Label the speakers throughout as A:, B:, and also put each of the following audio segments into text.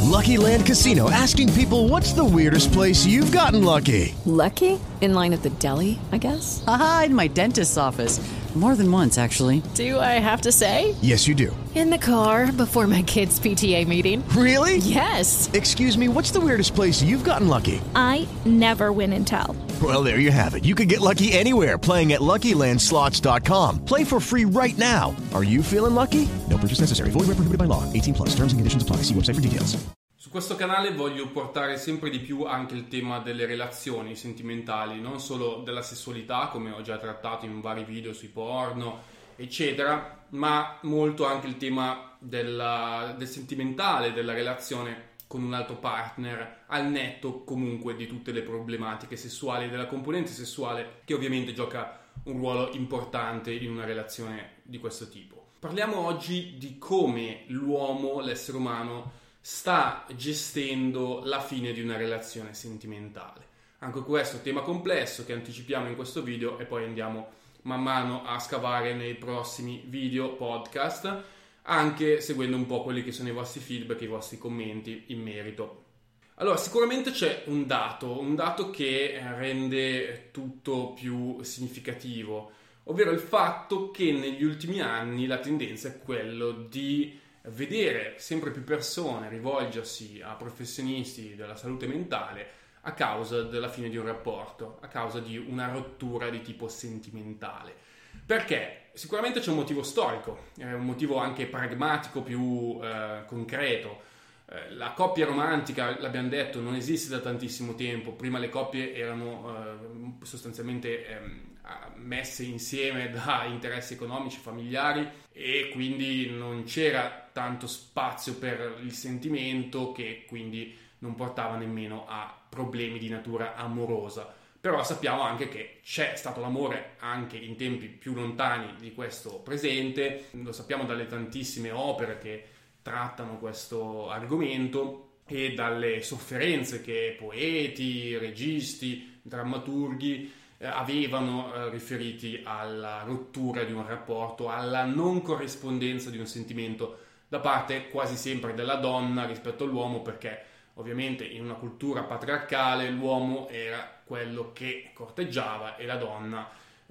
A: Lucky Land Casino, asking people, what's the weirdest place you've gotten lucky?
B: Lucky? In line at the deli, I guess?
C: Aha, in my dentist's office. More than once, actually.
B: Do I have to say?
A: Yes, you do.
B: In the car before my kids' PTA meeting.
A: Really?
B: Yes.
A: Excuse me, what's the weirdest place you've gotten lucky?
D: I never win and tell.
A: Well, there you have it. You can get lucky anywhere, playing at LuckyLandSlots.com. Play for free right now. Are you feeling lucky? No purchase necessary. Void where prohibited by law. 18+. Terms and conditions apply. See website for details.
E: Su questo canale voglio portare sempre di più anche il tema delle relazioni sentimentali, non solo della sessualità, come ho già trattato in vari video sui porno, eccetera, ma molto anche il tema del sentimentale, della relazione con un altro partner, al netto comunque di tutte le problematiche sessuali, della componente sessuale che ovviamente gioca un ruolo importante in una relazione di questo tipo. Parliamo oggi di come l'uomo, l'essere umano, sta gestendo la fine di una relazione sentimentale. Anche questo è un tema complesso che anticipiamo in questo video e poi andiamo man mano a scavare nei prossimi video, podcast, anche seguendo un po' quelli che sono i vostri feedback, i vostri commenti in merito. Allora, sicuramente c'è un dato che rende tutto più significativo, ovvero il fatto che negli ultimi anni la tendenza è quello di vedere sempre più persone rivolgersi a professionisti della salute mentale a causa della fine di un rapporto, a causa di una rottura di tipo sentimentale. Perché? Sicuramente c'è un motivo storico, un motivo anche pragmatico più concreto. La coppia romantica, l'abbiamo detto, non esiste da tantissimo tempo. Prima le coppie erano sostanzialmente messe insieme da interessi economici, familiari, e quindi non c'era tanto spazio per il sentimento, che quindi non portava nemmeno a problemi di natura amorosa. Però sappiamo anche che c'è stato l'amore anche in tempi più lontani di questo presente, lo sappiamo dalle tantissime opere che trattano questo argomento e dalle sofferenze che poeti, registi, drammaturghi avevano riferiti alla rottura di un rapporto, alla non corrispondenza di un sentimento da parte quasi sempre della donna rispetto all'uomo, perché ovviamente in una cultura patriarcale l'uomo era quello che corteggiava e la donna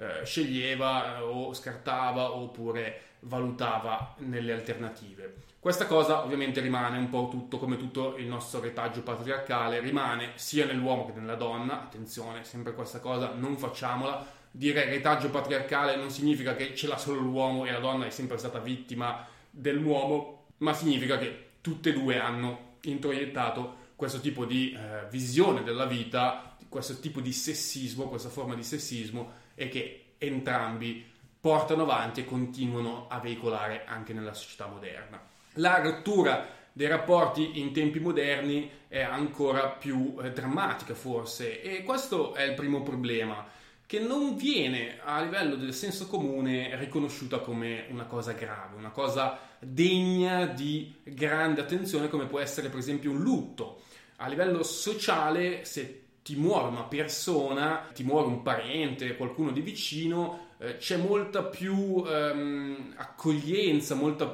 E: sceglieva o scartava oppure valutava nelle alternative. Questa cosa ovviamente rimane un po' tutto, come tutto il nostro retaggio patriarcale, rimane sia nell'uomo che nella donna. Attenzione, sempre questa cosa, non facciamola. Dire retaggio patriarcale non significa che ce l'ha solo l'uomo e la donna è sempre stata vittima dell'uomo, ma significa che tutte e due hanno introiettato questo tipo di visione della vita, questo tipo di sessismo, questa forma di sessismo, e che entrambi portano avanti e continuano a veicolare anche nella società moderna. La rottura dei rapporti in tempi moderni è ancora più drammatica forse, e questo è il primo problema, che non viene a livello del senso comune riconosciuta come una cosa grave, una cosa degna di grande attenzione, come può essere per esempio un lutto. A livello sociale, se ti muore una persona, ti muore un parente, qualcuno di vicino, c'è molta più accoglienza, molta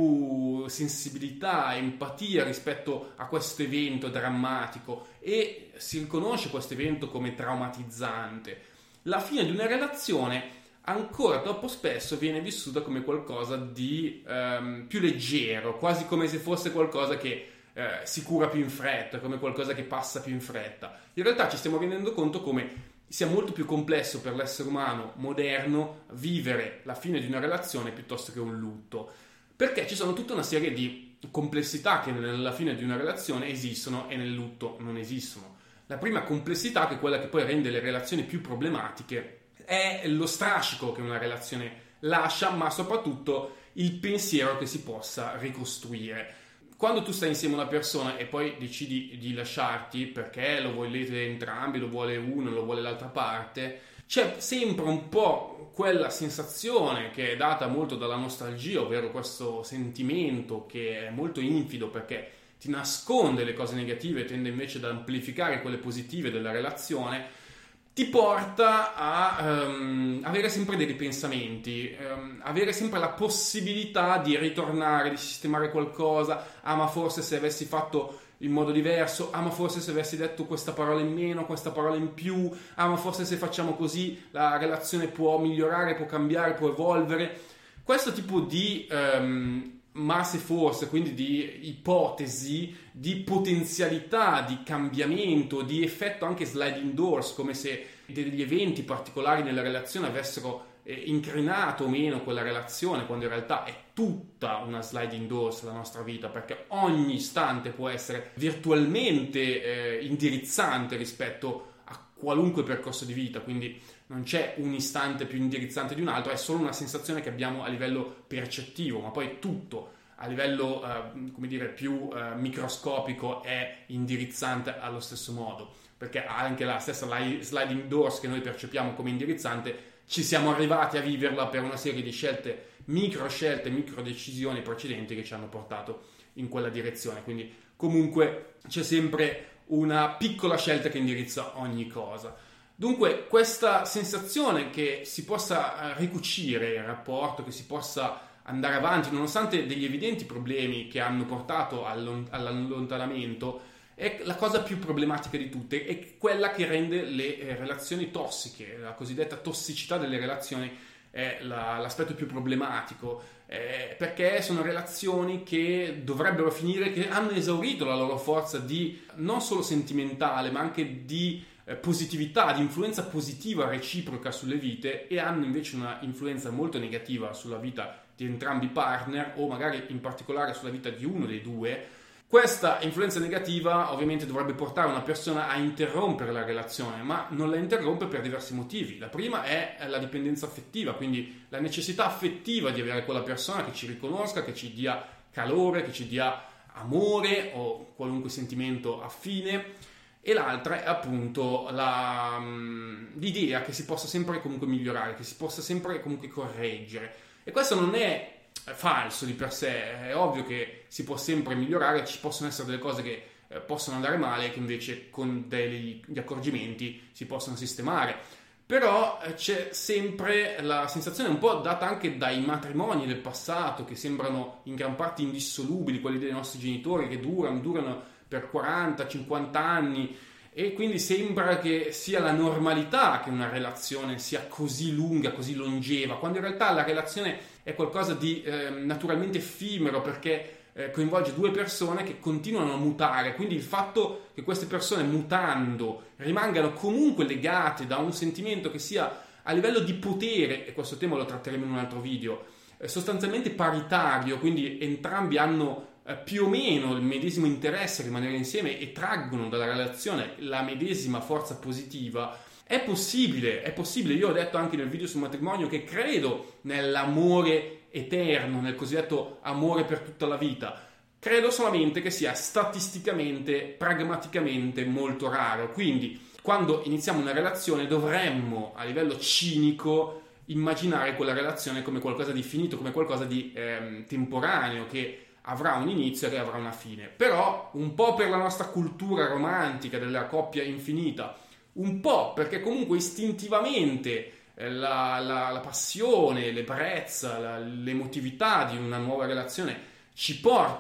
E: più sensibilità, empatia rispetto a questo evento drammatico, e si riconosce questo evento come traumatizzante. La fine di una relazione ancora troppo spesso viene vissuta come qualcosa di più leggero, quasi come se fosse qualcosa che si cura più in fretta, come qualcosa che passa più in fretta. In realtà ci stiamo rendendo conto come sia molto più complesso per l'essere umano moderno vivere la fine di una relazione piuttosto che un lutto, perché ci sono tutta una serie di complessità che nella fine di una relazione esistono e nel lutto non esistono. La prima complessità, che è quella che poi rende le relazioni più problematiche, è lo strascico che una relazione lascia, ma soprattutto il pensiero che si possa ricostruire. Quando tu stai insieme a una persona e poi decidi di lasciarti perché lo volete entrambi, lo vuole uno, lo vuole l'altra parte, c'è sempre un po' quella sensazione che è data molto dalla nostalgia, ovvero questo sentimento che è molto infido perché ti nasconde le cose negative e tende invece ad amplificare quelle positive della relazione, ti porta a avere sempre dei ripensamenti, avere sempre la possibilità di ritornare, di sistemare qualcosa. Ma forse se avessi fatto in modo diverso, ma forse se avessi detto questa parola in meno, questa parola in più, ma forse se facciamo così la relazione può migliorare, può cambiare, può evolvere. Questo tipo di ma se forse, quindi di ipotesi, di potenzialità, di cambiamento, di effetto anche sliding doors, come se degli eventi particolari nella relazione avessero incrinato o meno quella relazione, quando in realtà è tutta una sliding doors la nostra vita, perché ogni istante può essere virtualmente indirizzante rispetto a qualunque percorso di vita, quindi non c'è un istante più indirizzante di un altro, è solo una sensazione che abbiamo a livello percettivo, ma poi tutto a livello più microscopico è indirizzante allo stesso modo, perché anche la stessa sliding doors che noi percepiamo come indirizzante ci siamo arrivati a viverla per una serie di micro decisioni precedenti che ci hanno portato in quella direzione. Quindi comunque c'è sempre una piccola scelta che indirizza ogni cosa. Dunque questa sensazione che si possa ricucire il rapporto, che si possa andare avanti nonostante degli evidenti problemi che hanno portato all'allontanamento, è la cosa più problematica di tutte, è quella che rende le relazioni tossiche. La cosiddetta tossicità delle relazioni è l'aspetto più problematico, perché sono relazioni che dovrebbero finire, che hanno esaurito la loro forza di non solo sentimentale ma anche di positività, di influenza positiva reciproca sulle vite, e hanno invece una influenza molto negativa sulla vita di entrambi i partner, o magari in particolare sulla vita di uno dei due. Questa influenza negativa ovviamente dovrebbe portare una persona a interrompere la relazione, ma non la interrompe per diversi motivi. La prima è la dipendenza affettiva, quindi la necessità affettiva di avere quella persona che ci riconosca, che ci dia calore, che ci dia amore o qualunque sentimento affine. E l'altra è appunto l'idea che si possa sempre comunque migliorare, che si possa sempre comunque correggere. E questo non è falso di per sé, è ovvio che si può sempre migliorare, ci possono essere delle cose che possono andare male, che invece con degli accorgimenti si possono sistemare. Però c'è sempre la sensazione, un po' data anche dai matrimoni del passato, che sembrano in gran parte indissolubili, quelli dei nostri genitori, che durano per 40-50 anni, e quindi sembra che sia la normalità che una relazione sia così lunga, così longeva, quando in realtà la relazione è qualcosa di naturalmente effimero, perché coinvolge due persone che continuano a mutare. Quindi il fatto che queste persone, mutando, rimangano comunque legate da un sentimento che sia a livello di potere, e questo tema lo tratteremo in un altro video, sostanzialmente paritario, quindi entrambi hanno più o meno il medesimo interesse a rimanere insieme e traggono dalla relazione la medesima forza positiva, è possibile. Io ho detto anche nel video sul matrimonio che credo nell'amore eterno, nel cosiddetto amore per tutta la vita. Credo solamente che sia statisticamente, pragmaticamente molto raro. Quindi quando iniziamo una relazione dovremmo a livello cinico immaginare quella relazione come qualcosa di finito, come qualcosa di temporaneo, che avrà un inizio e che avrà una fine. Però un po' per la nostra cultura romantica della coppia infinita, un po' perché comunque istintivamente la passione, l'ebbrezza, l'emotività di una nuova relazione ci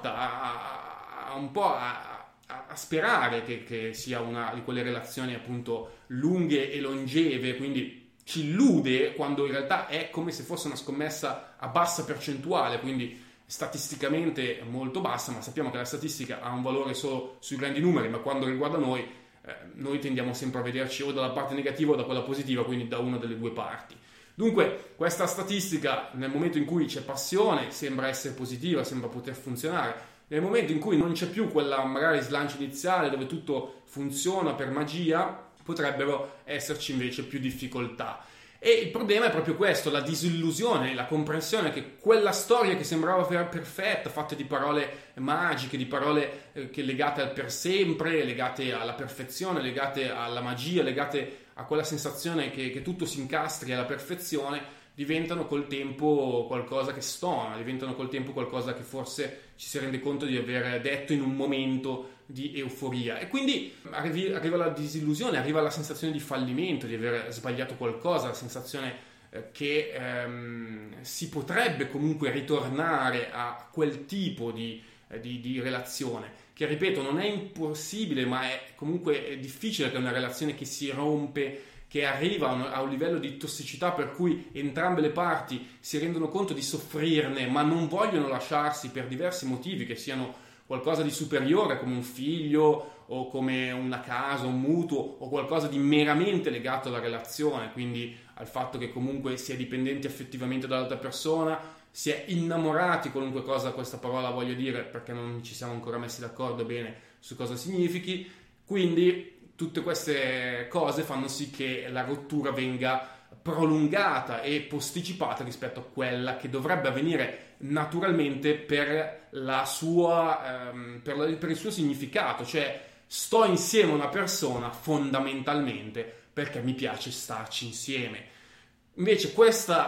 E: porta un po' a sperare che sia una di quelle relazioni appunto lunghe e longeve, quindi ci illude quando in realtà è come se fosse una scommessa a bassa percentuale, quindi statisticamente molto bassa, ma sappiamo che la statistica ha un valore solo sui grandi numeri, ma quando riguarda noi tendiamo sempre a vederci o dalla parte negativa o da quella positiva, quindi da una delle due parti. Dunque questa statistica, nel momento in cui c'è passione, sembra essere positiva, sembra poter funzionare. Nel momento in cui non c'è più quella magari slancio iniziale dove tutto funziona per magia, potrebbero esserci invece più difficoltà. E il problema è proprio questo, la disillusione, la comprensione che quella storia che sembrava perfetta, fatta di parole magiche, di parole che legate al per sempre, legate alla perfezione, legate alla magia, legate a quella sensazione che tutto si incastri alla perfezione, diventano col tempo qualcosa che stona, diventano col tempo qualcosa che forse ci si rende conto di aver detto in un momento di euforia, e quindi arriva la disillusione, arriva la sensazione di fallimento, di aver sbagliato qualcosa, la sensazione che si potrebbe comunque ritornare a quel tipo di relazione, che ripeto non è impossibile, ma è comunque difficile, che una relazione che si rompe, che arriva a un livello di tossicità per cui entrambe le parti si rendono conto di soffrirne, ma non vogliono lasciarsi per diversi motivi, che siano qualcosa di superiore come un figlio o come una casa, un mutuo, o qualcosa di meramente legato alla relazione, quindi al fatto che comunque si è dipendenti affettivamente dall'altra persona, si è innamorati, qualunque cosa questa parola voglia dire, perché non ci siamo ancora messi d'accordo bene su cosa significhi. Quindi tutte queste cose fanno sì che la rottura venga prolungata e posticipata rispetto a quella che dovrebbe avvenire naturalmente per il suo significato, cioè sto insieme a una persona fondamentalmente perché mi piace starci insieme. Invece questo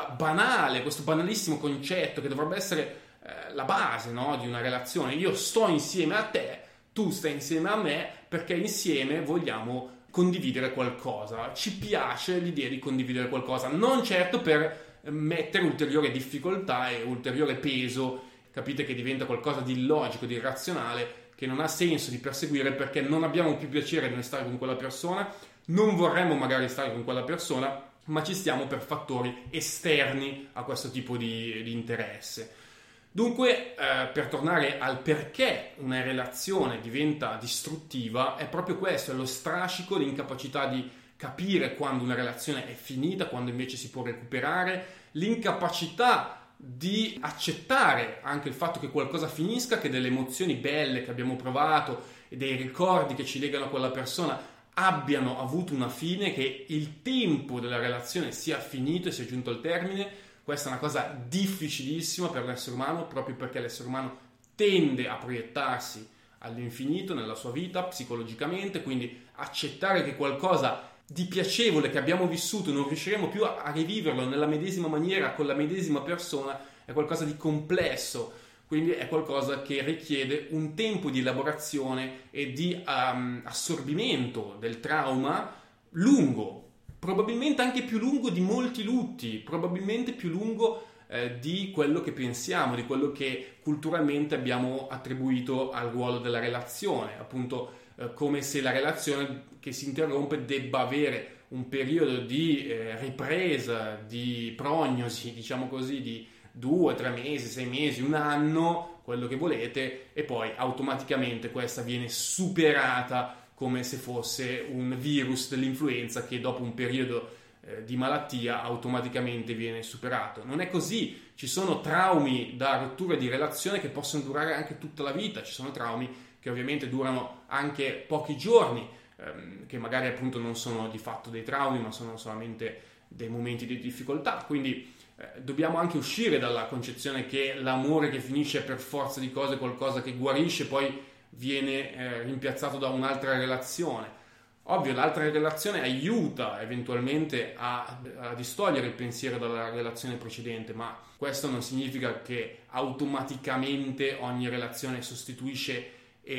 E: banalissimo concetto che dovrebbe essere la base, no, di una relazione, io sto insieme a te, tu stai insieme a me perché insieme vogliamo condividere qualcosa, ci piace l'idea di condividere qualcosa, non certo per mettere ulteriore difficoltà e ulteriore peso, capite che diventa qualcosa di illogico, di irrazionale, che non ha senso di perseguire, perché non abbiamo più piacere di stare con quella persona, non vorremmo magari stare con quella persona, ma ci stiamo per fattori esterni a questo tipo di interesse. Dunque, per tornare al perché una relazione diventa distruttiva, è proprio questo, è lo strascico, l'incapacità di capire quando una relazione è finita, quando invece si può recuperare, l'incapacità di accettare anche il fatto che qualcosa finisca, che delle emozioni belle che abbiamo provato e dei ricordi che ci legano a quella persona abbiano avuto una fine, che il tempo della relazione sia finito e sia giunto al termine. Questa è una cosa difficilissima per l'essere umano, proprio perché l'essere umano tende a proiettarsi all'infinito nella sua vita psicologicamente, quindi accettare che qualcosa di piacevole che abbiamo vissuto non riusciremo più a riviverlo nella medesima maniera con la medesima persona è qualcosa di complesso, quindi è qualcosa che richiede un tempo di elaborazione e di assorbimento del trauma lungo, probabilmente anche più lungo di molti lutti, probabilmente più lungo di quello che pensiamo, di quello che culturalmente abbiamo attribuito al ruolo della relazione, appunto come se la relazione che si interrompe debba avere un periodo di ripresa, di prognosi, diciamo così, di 2, 3 mesi, 6 mesi, un anno, quello che volete, e poi automaticamente questa viene superata come se fosse un virus dell'influenza che dopo un periodo di malattia automaticamente viene superato. Non è così, ci sono traumi da rottura di relazione che possono durare anche tutta la vita, ci sono traumi che ovviamente durano anche pochi giorni, che magari appunto non sono di fatto dei traumi, ma sono solamente dei momenti di difficoltà, quindi dobbiamo anche uscire dalla concezione che l'amore che finisce per forza di cose, qualcosa che guarisce, poi viene rimpiazzato da un'altra relazione. Ovvio, l'altra relazione aiuta eventualmente a distogliere il pensiero dalla relazione precedente, ma questo non significa che automaticamente ogni relazione sostituisce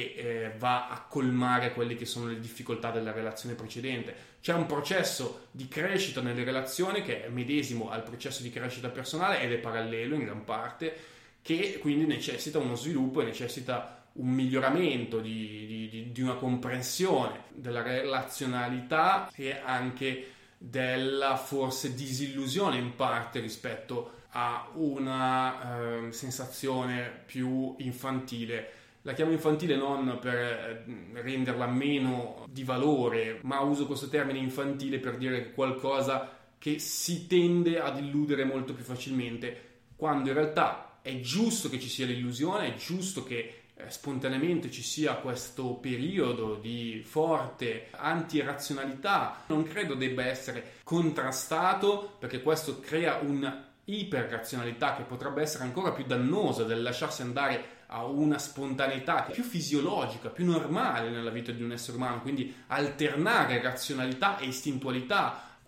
E: e va a colmare quelle che sono le difficoltà della relazione precedente. C'è un processo di crescita nelle relazioni che è medesimo al processo di crescita personale ed è parallelo in gran parte, che quindi necessita uno sviluppo e necessita un miglioramento di una comprensione della relazionalità e anche della forse disillusione in parte rispetto a una sensazione più infantile. La chiamo infantile non per renderla meno di valore, ma uso questo termine infantile per dire qualcosa che si tende ad illudere molto più facilmente, quando in realtà è giusto che ci sia l'illusione, è giusto che spontaneamente ci sia questo periodo di forte antirazionalità. Non credo debba essere contrastato, perché questo crea un'iperrazionalità che potrebbe essere ancora più dannosa del lasciarsi andare a una spontaneità che è più fisiologica, più normale nella vita di un essere umano, quindi alternare razionalità e istintualità,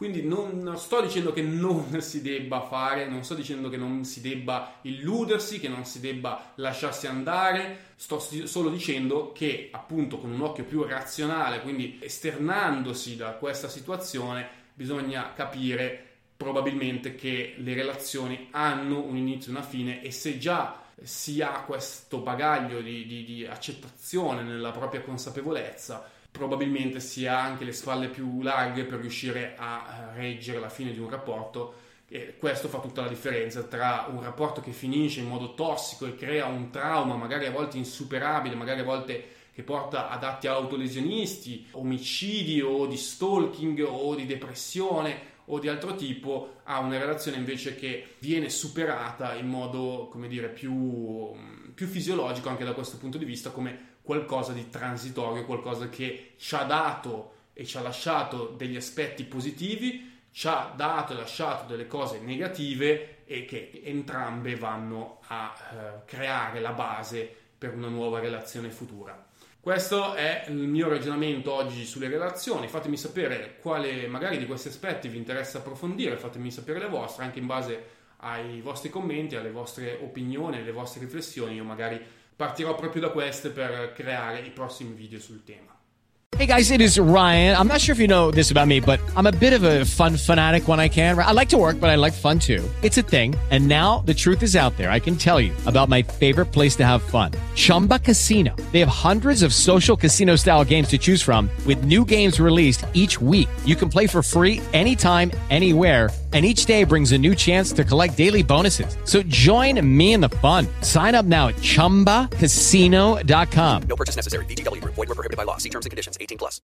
E: Quindi non sto dicendo che non si debba fare, non sto dicendo che non si debba illudersi, che non si debba lasciarsi andare, sto solo dicendo che appunto con un occhio più razionale, quindi esternandosi da questa situazione, bisogna capire probabilmente che le relazioni hanno un inizio e una fine, e se già si ha questo bagaglio di accettazione nella propria consapevolezza, probabilmente si ha anche le spalle più larghe per riuscire a reggere la fine di un rapporto, e questo fa tutta la differenza tra un rapporto che finisce in modo tossico e crea un trauma magari a volte insuperabile, magari a volte che porta ad atti autolesionisti, omicidi o di stalking o di depressione o di altro tipo, a una relazione invece che viene superata in modo, come dire, più fisiologico anche da questo punto di vista, come qualcosa di transitorio, qualcosa che ci ha dato e ci ha lasciato degli aspetti positivi, ci ha dato e lasciato delle cose negative, e che entrambe vanno a creare la base per una nuova relazione futura. Questo è il mio ragionamento oggi sulle relazioni. Fatemi sapere quale magari di questi aspetti vi interessa approfondire, fatemi sapere le vostre, anche in base ai vostri commenti, alle vostre opinioni, alle vostre riflessioni. Io magari partirò proprio da queste per creare i prossimi video sul tema.
F: Hey guys, it is Ryan. I'm not sure if you know this about me, but I'm a bit of a fun fanatic when I can. I like to work, but I like fun too. It's a thing. And now the truth is out there. I can tell you about my favorite place to have fun. Chumba Casino. They have hundreds of social casino style games to choose from, with new games released each week. You can play for free anytime, anywhere. And each day brings a new chance to collect daily bonuses. So join me in the fun. Sign up now at ChumbaCasino.com.
G: No purchase necessary. VGW Group. Void where prohibited by law. See terms and conditions. 18+.